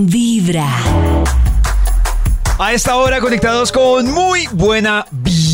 Vibra. A esta hora conectados con muy buena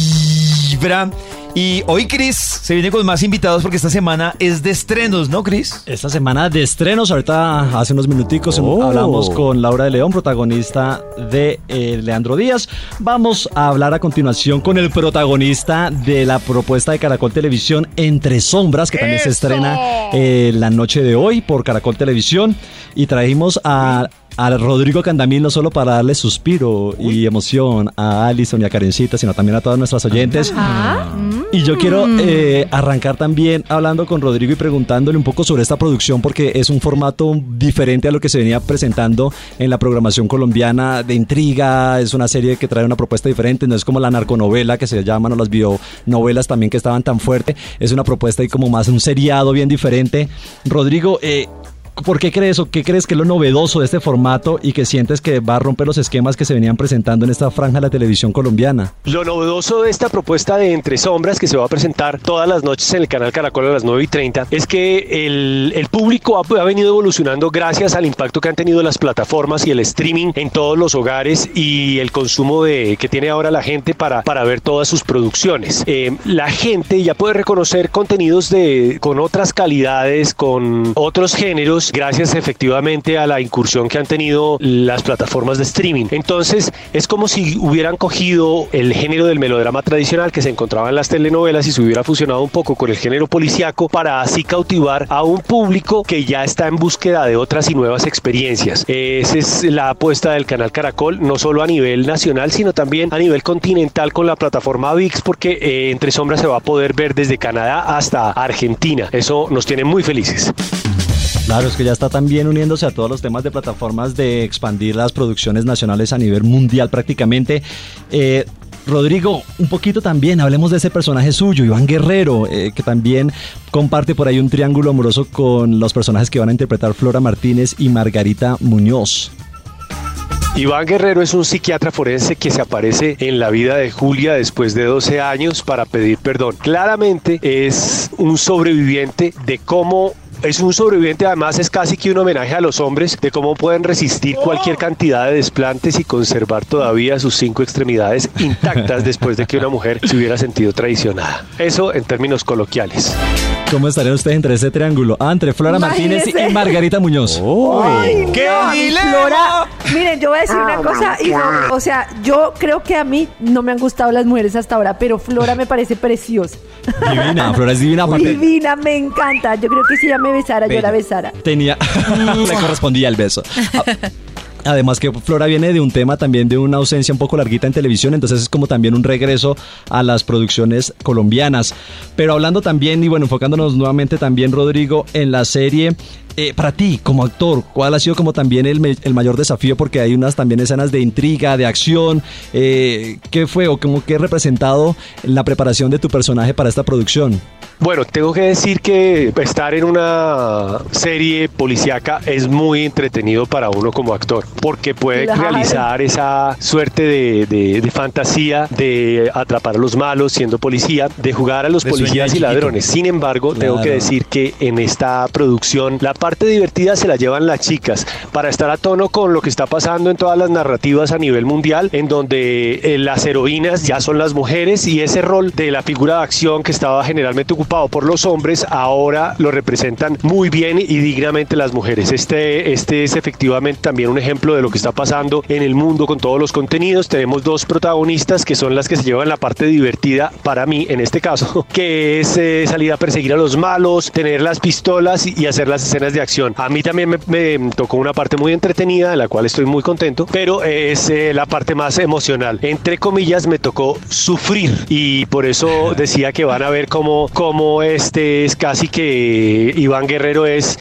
vibra. Y hoy Cris se viene con más invitados porque esta semana es de estrenos, ¿no, Cris? Esta semana de estrenos, ahorita hace unos minuticos hablamos con Laura de León, protagonista de Leandro Díaz. Vamos a hablar a continuación con el protagonista de la propuesta de Caracol Televisión, Entre Sombras, que también se estrena la noche de hoy por Caracol Televisión. Y trajimos a Rodrigo Candamil no solo para darle suspiro y emoción a Alison y a Karencita, sino también a todas nuestras oyentes. Y yo quiero arrancar también hablando con Rodrigo y preguntándole un poco sobre esta producción, porque es un formato diferente a lo que se venía presentando en la programación colombiana de intriga. Es una serie que trae una propuesta diferente, no es como la narconovela que se llaman, o las bionovelas también que estaban tan fuertes. Es una propuesta y como más un seriado bien diferente. Rodrigo, ¿por qué crees o qué crees que es lo novedoso de este formato y que sientes que va a romper los esquemas que se venían presentando en esta franja de la televisión colombiana? Lo novedoso de esta propuesta de Entre Sombras, que se va a presentar todas las noches en el canal Caracol a las 9:30, es que el público ha venido evolucionando gracias al impacto que han tenido las plataformas y el streaming en todos los hogares y el consumo que tiene ahora la gente para ver todas sus producciones. La gente ya puede reconocer contenidos con otras calidades, con otros géneros, gracias efectivamente a la incursión que han tenido las plataformas de streaming. Entonces es como si hubieran cogido el género del melodrama tradicional que se encontraba en las telenovelas y se hubiera fusionado un poco con el género policíaco para así cautivar a un público que ya está en búsqueda de otras y nuevas experiencias. Esa es la apuesta del canal Caracol, no solo a nivel nacional, sino también a nivel continental con la plataforma ViX, porque Entre Sombras se va a poder ver desde Canadá hasta Argentina. Eso nos tiene muy felices. Claro, es que ya está también uniéndose a todos los temas de plataformas de expandir las producciones nacionales a nivel mundial prácticamente. Rodrigo, un poquito también, hablemos de ese personaje suyo, Iván Guerrero, que también comparte por ahí un triángulo amoroso con los personajes que van a interpretar Flora Martínez y Margarita Muñoz. Iván Guerrero es un psiquiatra forense que se aparece en la vida de Julia después de 12 años para pedir perdón. Claramente es un sobreviviente de cómo... Es un sobreviviente, además es casi que un homenaje a los hombres de cómo pueden resistir cualquier cantidad de desplantes y conservar todavía sus 5 extremidades intactas después de que una mujer se hubiera sentido traicionada. Eso en términos coloquiales. ¿Cómo estarían ustedes entre ese triángulo? Entre Flora Martínez y Margarita Muñoz. ¡Ay, ¡Qué dilema! Flora, miren, yo voy a decir una cosa, y no, o sea, yo creo que a mí no me han gustado las mujeres hasta ahora, pero Flora me parece preciosa. Divina, Flora es divina. Aparte, divina, me encanta. Yo creo que si ella me besara, yo la besara. le correspondía el beso. Además que Flora viene de un tema también de una ausencia un poco larguita en televisión, entonces es como también un regreso a las producciones colombianas. Pero hablando también, y bueno, enfocándonos nuevamente también, Rodrigo, en la serie, para ti, como actor, ¿cuál ha sido como también el mayor desafío? Porque hay unas también escenas de intriga, de acción. ¿Qué fue o como qué ha representado la preparación de tu personaje para esta producción? Bueno, tengo que decir que estar en una serie policíaca es muy entretenido para uno como actor, porque puede realizar esa suerte de fantasía de atrapar a los malos siendo policía, de jugar a los policías y ladrones. Sin embargo, tengo que decir que en esta producción la parte divertida se la llevan las chicas, para estar a tono con lo que está pasando en todas las narrativas a nivel mundial, en donde las heroínas ya son las mujeres y ese rol de la figura de acción que estaba generalmente ocupado por los hombres, ahora lo representan muy bien y dignamente las mujeres. Este es efectivamente también un ejemplo de lo que está pasando en el mundo con todos los contenidos. Tenemos 2 protagonistas que son las que se llevan la parte divertida, para mí en este caso, que es salir a perseguir a los malos, tener las pistolas y hacer las escenas de acción. A mí también me tocó una parte muy entretenida, de la cual estoy muy contento, pero es la parte más emocional. Entre comillas, me tocó sufrir y por eso decía que van a ver cómo es casi que Iván Guerrero es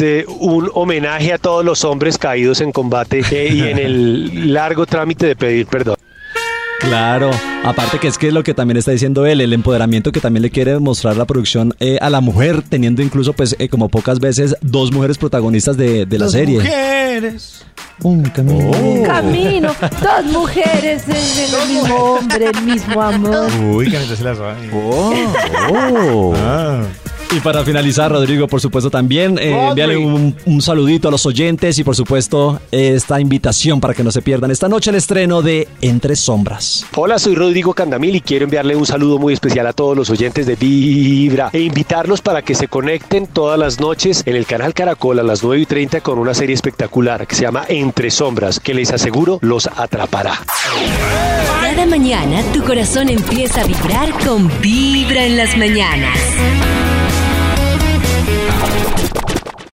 un homenaje a todos los hombres caídos en combate y en el largo trámite de pedir perdón. Claro, aparte que es que lo que también está diciendo él, el empoderamiento que también le quiere mostrar la producción a la mujer, teniendo incluso pues como pocas veces 2 mujeres protagonistas de la serie. Mujeres. Un camino. Un camino, 2 mujeres en el mismo hombre, el mismo amor. Uy, que se la sabe. Y para finalizar, Rodrigo, por supuesto, también envíale un saludito a los oyentes y, por supuesto, esta invitación para que no se pierdan esta noche el estreno de Entre Sombras. Hola, soy Rodrigo Candamil y quiero enviarle un saludo muy especial a todos los oyentes de Vibra e invitarlos para que se conecten todas las noches en el canal Caracol a las 9:30 con una serie espectacular que se llama Entre Sombras, que les aseguro los atrapará. Cada mañana tu corazón empieza a vibrar con Vibra en las mañanas.